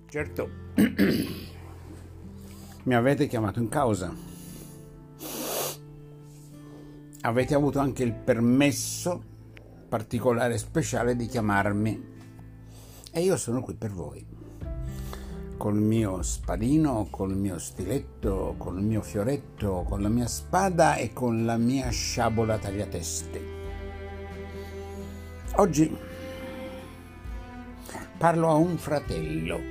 Certo, mi avete chiamato in causa. Avete avuto anche il permesso particolare e speciale di chiamarmi e io sono qui per voi. Col mio spadino, col mio stiletto, col mio fioretto, con la mia spada e con la mia sciabola tagliateste. Oggi parlo a un fratello.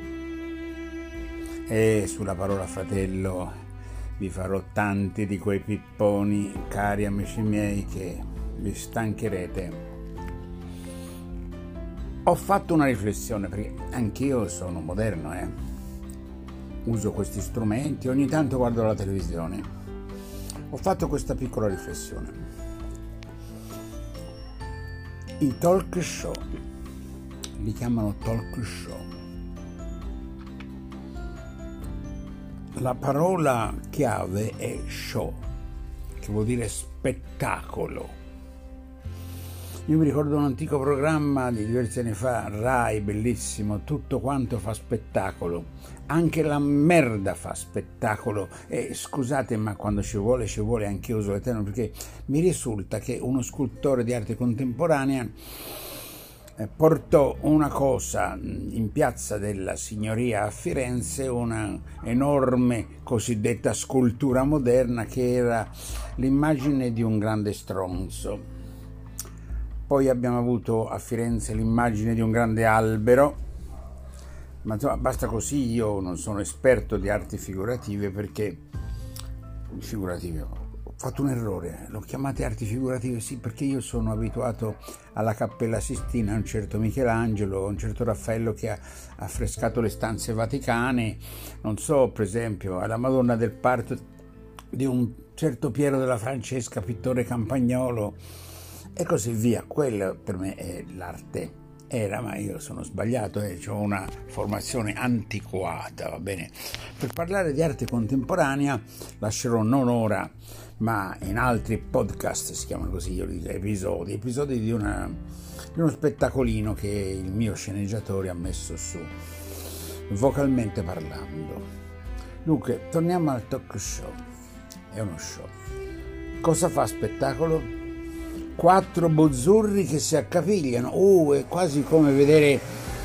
E sulla parola fratello vi farò tanti di quei pipponi, cari amici miei, che vi stancherete. Ho fatto una riflessione, perché anch'io sono moderno, uso questi strumenti, ogni tanto guardo la televisione. Ho fatto questa piccola riflessione. I talk show, li chiamano talk show. La parola chiave è show, che vuol dire spettacolo. Io mi ricordo un antico programma di diversi anni fa, Rai, bellissimo, tutto quanto fa spettacolo, anche la merda fa spettacolo. E scusate, ma quando ci vuole, anch'io uso l'eterno, perché mi risulta che uno scultore di arte contemporanea portò una cosa in Piazza della Signoria a Firenze, una enorme cosiddetta scultura moderna che era l'immagine di un grande stronzo. Poi abbiamo avuto a Firenze l'immagine di un grande albero, ma insomma basta così. Io non sono esperto di arti figurative, perché ho fatto un errore, l'ho chiamate arti figurative, sì, perché io sono abituato alla Cappella Sistina, a un certo Michelangelo, a un certo Raffaello che ha affrescato le stanze vaticane, non so, per esempio alla Madonna del Parto di un certo Piero della Francesca, pittore campagnolo, e così via. Quello per me è l'arte. Ma io sono sbagliato, ho una formazione antiquata, va bene? Per parlare di arte contemporanea lascerò non ora, ma in altri podcast, si chiamano così, io li dico episodi di uno spettacolino che il mio sceneggiatore ha messo su, vocalmente parlando. Dunque, torniamo al talk show. È uno show. Cosa fa spettacolo? 4 buzzurri che si accapigliano, è quasi come vedere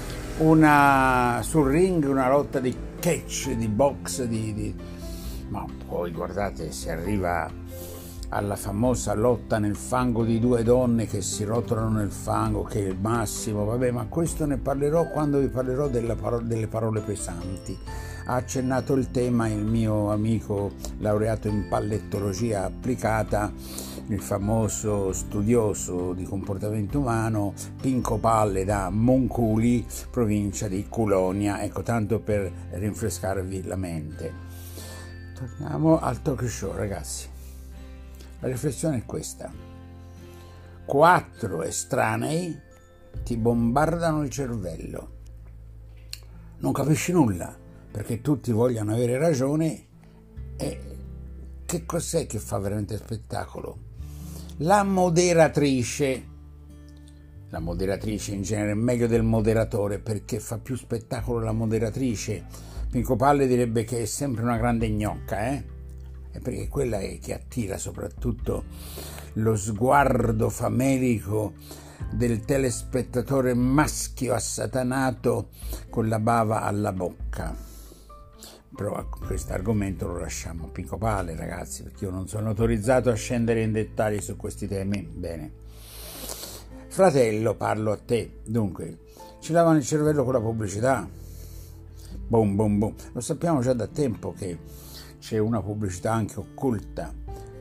sul ring una lotta di catch, di box, ma poi guardate, si arriva alla famosa lotta nel fango di 2 donne che si rotolano nel fango, che è il massimo, vabbè, ma questo ne parlerò quando vi parlerò delle parole pesanti. Ha accennato il tema il mio amico laureato in pallettologia applicata, il famoso studioso di comportamento umano Pinco Palle da Monculi, provincia di Culonia, ecco, tanto per rinfrescarvi la mente. Torniamo al talk show, ragazzi. La riflessione è questa: 4 estranei ti bombardano il cervello, non capisci nulla perché tutti vogliono avere ragione. E che cos'è che fa veramente spettacolo? La moderatrice in genere è meglio del moderatore, perché fa più spettacolo la moderatrice. Pinco Palle direbbe che è sempre una grande gnocca, e perché quella è che attira soprattutto lo sguardo famelico del telespettatore maschio assatanato con la bava alla bocca. Però questo argomento lo lasciamo a Pinco Palle, ragazzi, perché io non sono autorizzato a scendere in dettagli su questi temi. Bene, fratello, parlo a te. Dunque, ci lavano il cervello con la pubblicità. Boom boom boom. Lo sappiamo già da tempo che c'è una pubblicità anche occulta,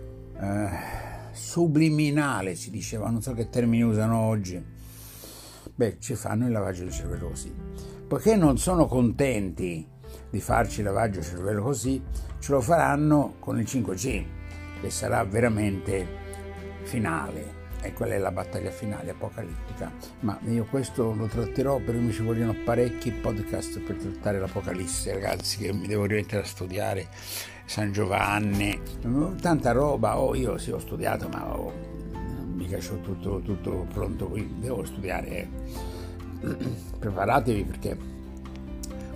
subliminale si diceva, non so che termini usano oggi. Ci fanno il lavaggio del cervello così. Poiché non sono contenti di farci il lavaggio del cervello così, ce lo faranno con il 5G, che sarà veramente finale, e quella è la battaglia finale apocalittica. Ma io questo lo tratterò, perché mi ci vogliono parecchi podcast per trattare l'Apocalisse, ragazzi, che mi devo rimettere a studiare San Giovanni, tanta roba. Io sì, ho studiato, ma mica c'ho tutto pronto qui, devo studiare. Preparatevi, perché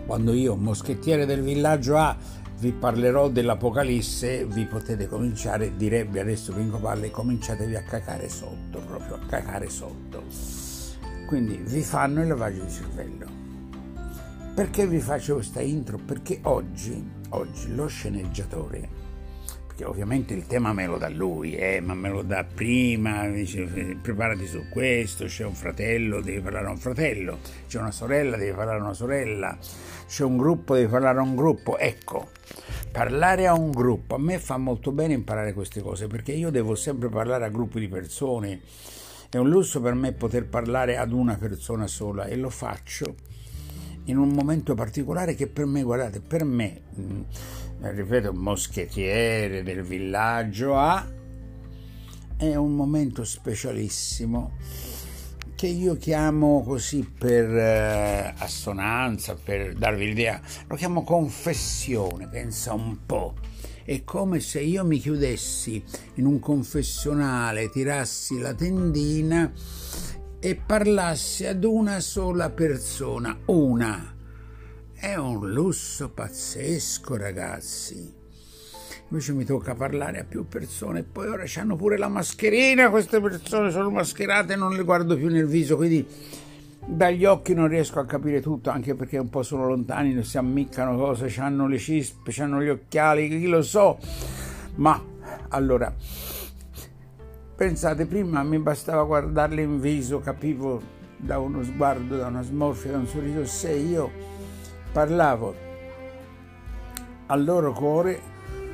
Quando io, moschettiere del villaggio A, vi parlerò dell'Apocalisse, vi potete cominciare, direbbe adesso Pinco Palle, cominciatevi a cacare sotto, proprio a cacare sotto. Quindi vi fanno il lavaggio di cervello. Perché vi faccio questa intro? Perché oggi lo sceneggiatore, perché ovviamente il tema me lo dà lui, ma me lo dà prima, dice preparati su questo, c'è un fratello, devi parlare a un fratello, c'è una sorella, devi parlare a una sorella, c'è un gruppo, devi parlare a un gruppo. Ecco, parlare a un gruppo, a me fa molto bene imparare queste cose, perché io devo sempre parlare a gruppi di persone, è un lusso per me poter parlare ad una persona sola e lo faccio in un momento particolare che per me, guardate, per me, ripeto, moschettiere del villaggio A, è un momento specialissimo che io chiamo così per assonanza, per darvi l'idea, lo chiamo confessione. Pensa un po', è come se io mi chiudessi in un confessionale, tirassi la tendina e parlassi ad una sola persona, una. È un lusso pazzesco, ragazzi. Invece mi tocca parlare a più persone, e poi ora c'hanno pure la mascherina, queste persone sono mascherate, non le guardo più nel viso, quindi dagli occhi non riesco a capire tutto, anche perché un po' sono lontani, si ammiccano cose, c'hanno le cispe, c'hanno gli occhiali, chi lo so. Ma allora, pensate, prima mi bastava guardarle in viso, capivo da uno sguardo, da una smorfia, da un sorriso, se io parlavo al loro cuore,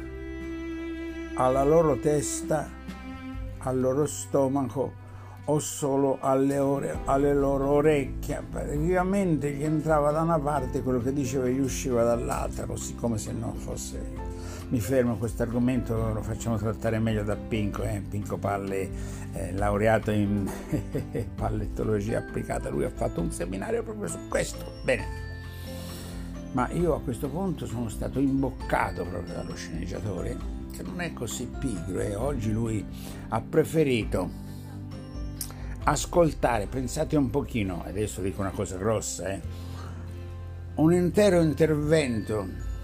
alla loro testa, al loro stomaco o solo alle loro orecchie. Praticamente gli entrava da una parte quello che diceva e gli usciva dall'altra, così come se non fosse. Mi fermo a questo argomento, lo facciamo trattare meglio da Pinco, Pinco Palle, laureato in pallettologia applicata. Lui ha fatto un seminario proprio su questo. Bene. Ma io a questo punto sono stato imboccato proprio dallo sceneggiatore, che non è così pigro, e oggi lui ha preferito ascoltare, pensate un pochino, adesso dico una cosa grossa, un intero intervento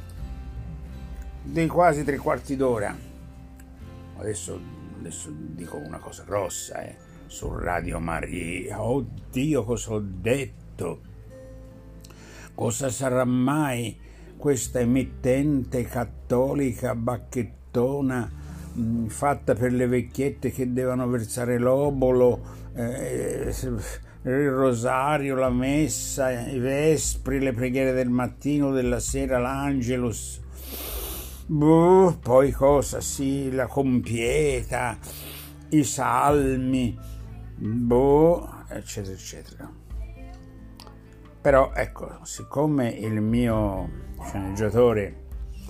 di quasi 3/4 d'ora, adesso dico una cosa grossa, su Radio Maria. Oddio, cosa ho detto? Cosa sarà mai questa emittente cattolica bacchettona fatta per le vecchiette che devono versare l'obolo, il rosario, la messa, i vespri, le preghiere del mattino, della sera, l'angelus, poi cosa, sì, la compieta, i salmi, eccetera eccetera. Però ecco, siccome il mio sceneggiatore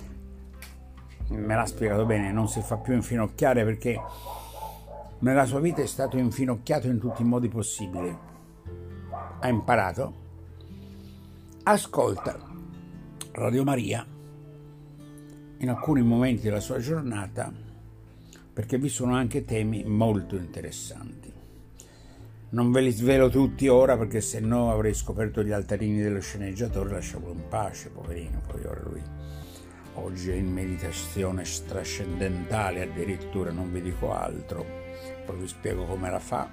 me l'ha spiegato bene, non si fa più infinocchiare, perché nella sua vita è stato infinocchiato in tutti i modi possibili, ha imparato, ascolta Radio Maria in alcuni momenti della sua giornata, perché vi sono anche temi molto interessanti. Non ve li svelo tutti ora, perché se no avrei scoperto gli altarini dello sceneggiatore, lasciamolo in pace, poverino. Poi ora lui oggi è in meditazione trascendentale, addirittura, non vi dico altro, poi vi spiego come la fa,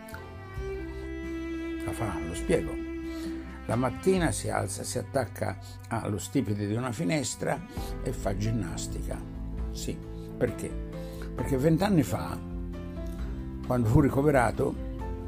lo spiego. La mattina si alza, si attacca allo stipite di una finestra e fa ginnastica. Sì, perché? Perché 20 anni fa, quando fu ricoverato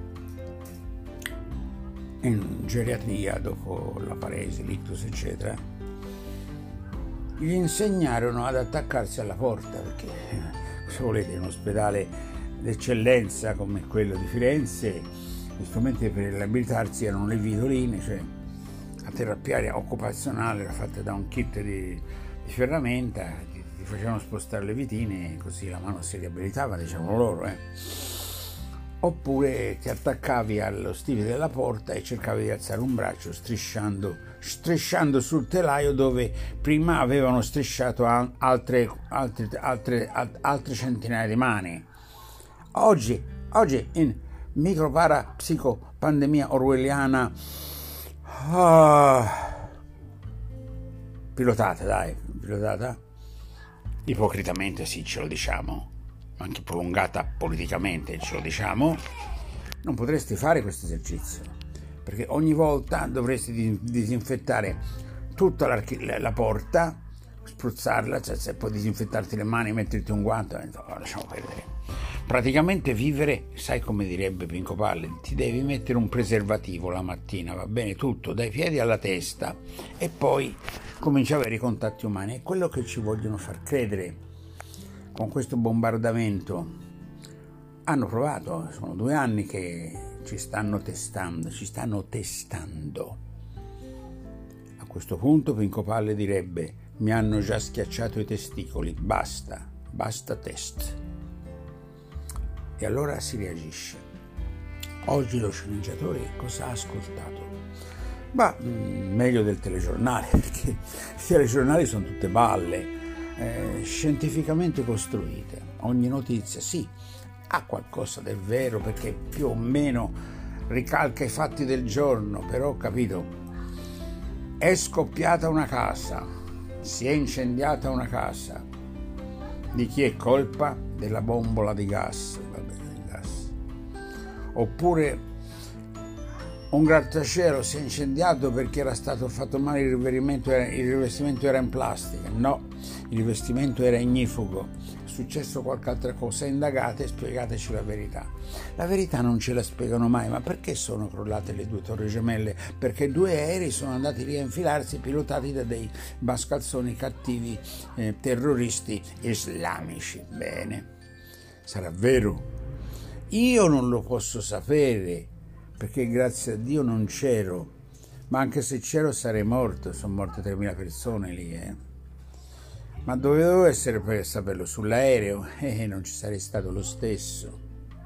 in geriatria dopo la paresi, l'ictus eccetera, gli insegnarono ad attaccarsi alla porta, perché se volete in un ospedale d'eccellenza come quello di Firenze gli strumenti per riabilitarsi erano le vitoline, cioè la terapia occupazionale era fatta da un kit di ferramenta, ti facevano spostare le vitine, così la mano si riabilitava, diciamo loro, Oppure ti attaccavi allo stile della porta e cercavi di alzare un braccio strisciando sul telaio dove prima avevano strisciato altre centinaia di mani. Oggi in microparapsicopandemia orwelliana, pilotata, ipocritamente sì, ce lo diciamo, anche prolungata politicamente ce lo diciamo, non potresti fare questo esercizio, perché ogni volta dovresti disinfettare tutta la porta, spruzzarla, cioè se puoi disinfettarti le mani, metterti un guanto, lasciamo perdere. Praticamente vivere, sai come direbbe Pinco Palle, ti devi mettere un preservativo la mattina, va bene, tutto, dai piedi alla testa, e poi cominci a avere i contatti umani. È quello che ci vogliono far credere con questo bombardamento. Hanno provato, sono 2 anni che ci stanno testando. A questo punto Pinco Palle direbbe: mi hanno già schiacciato i testicoli, basta test. E allora si reagisce. Oggi lo sceneggiatore cosa ha ascoltato? Meglio del telegiornale, perché i telegiornali sono tutte balle, scientificamente costruite. Ogni notizia, sì, ha qualcosa del vero, perché più o meno ricalca i fatti del giorno, però, capito, è scoppiata una casa, si è incendiata una casa. Di chi è colpa? Della bombola di gas. Oppure un grattacielo si è incendiato perché era stato fatto male il rivestimento era in plastica. No, il rivestimento era ignifugo. È successo qualche altra cosa. Indagate e spiegateci la verità. La verità non ce la spiegano mai. Ma perché sono crollate le 2 torri gemelle? Perché 2 aerei sono andati lì a infilarsi, pilotati da dei mascalzoni cattivi, terroristi islamici. Bene, sarà vero? Io non lo posso sapere, perché grazie a Dio non c'ero, ma anche se c'ero sarei morto. Sono morte 3.000 persone lì, Ma dovevo essere per saperlo sull'aereo, non ci sarei stato lo stesso.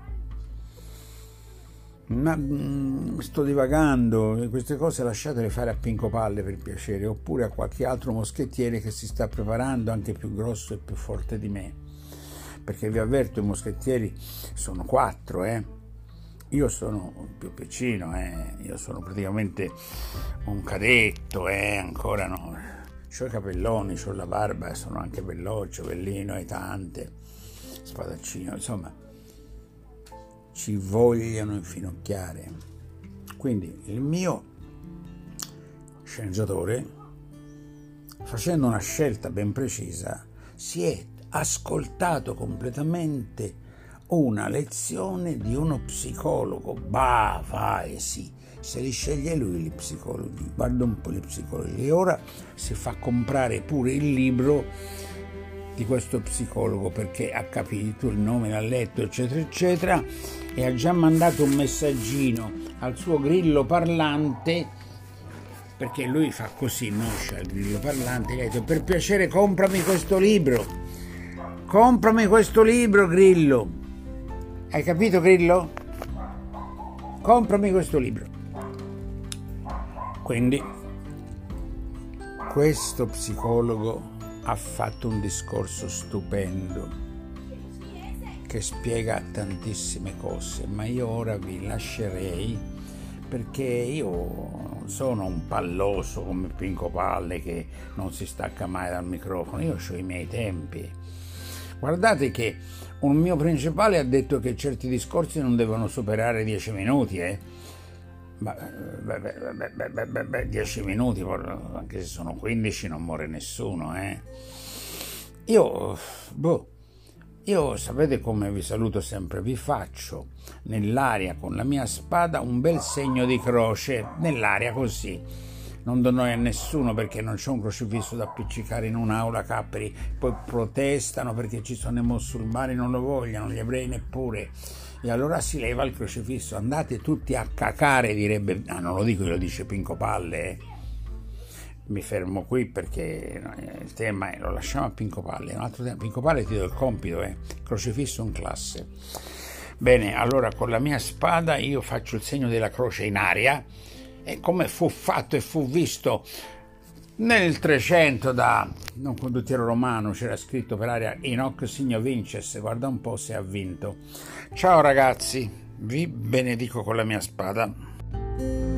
Ma sto divagando, queste cose lasciatele fare a Pinco Palle, per piacere, oppure a qualche altro moschettiere che si sta preparando, anche più grosso e più forte di me. Perché vi avverto, i moschettieri sono 4, Io sono più piccino, Io sono praticamente un cadetto, ancora no. C'ho i capelloni, c'ho la barba, sono anche belloccio, bellino, aitante, spadaccino, insomma, ci vogliono infinocchiare. Quindi il mio sceneggiatore, facendo una scelta ben precisa, si è ascoltato completamente una lezione di uno psicologo. Sì, se li sceglie lui gli psicologi, guarda un po' gli psicologi, e ora si fa comprare pure il libro di questo psicologo, perché ha capito, il nome l'ha letto, eccetera eccetera, e ha già mandato un messaggino al suo grillo parlante, perché lui fa così, no? C'è il grillo parlante, gli ha detto: per piacere comprami questo libro, Grillo. Hai capito, Grillo? Comprami questo libro. Quindi questo psicologo ha fatto un discorso stupendo che spiega tantissime cose, ma io ora vi lascerei, perché io sono un palloso come Pinco Palle che non si stacca mai dal microfono. Io ho i miei tempi. Guardate che un mio principale ha detto che certi discorsi non devono superare 10 minuti, 10 minuti, anche se sono 15 non muore nessuno, Io sapete come vi saluto sempre? Vi faccio nell'aria con la mia spada un bel segno di croce, nell'aria così. Non do noi a nessuno, perché non c'è un crocifisso da appiccicare in un'aula Capperi, poi protestano perché ci sono i musulmani, non lo vogliono, gli ebrei neppure. E allora si leva il crocifisso, andate tutti a cacare, direbbe, non lo dico io, lo dice Pinco Palle. Mi fermo qui perché il tema lo lasciamo a Pinco Palle. Un altro tema, Pinco Palle ti do il compito, crocifisso in classe. Bene, allora con la mia spada io faccio il segno della croce in aria, e come fu fatto e fu visto nel 300 da un condottiero romano, c'era scritto per aria in hoc signo vinces, guarda un po' se ha vinto. Ciao ragazzi, vi benedico con la mia spada.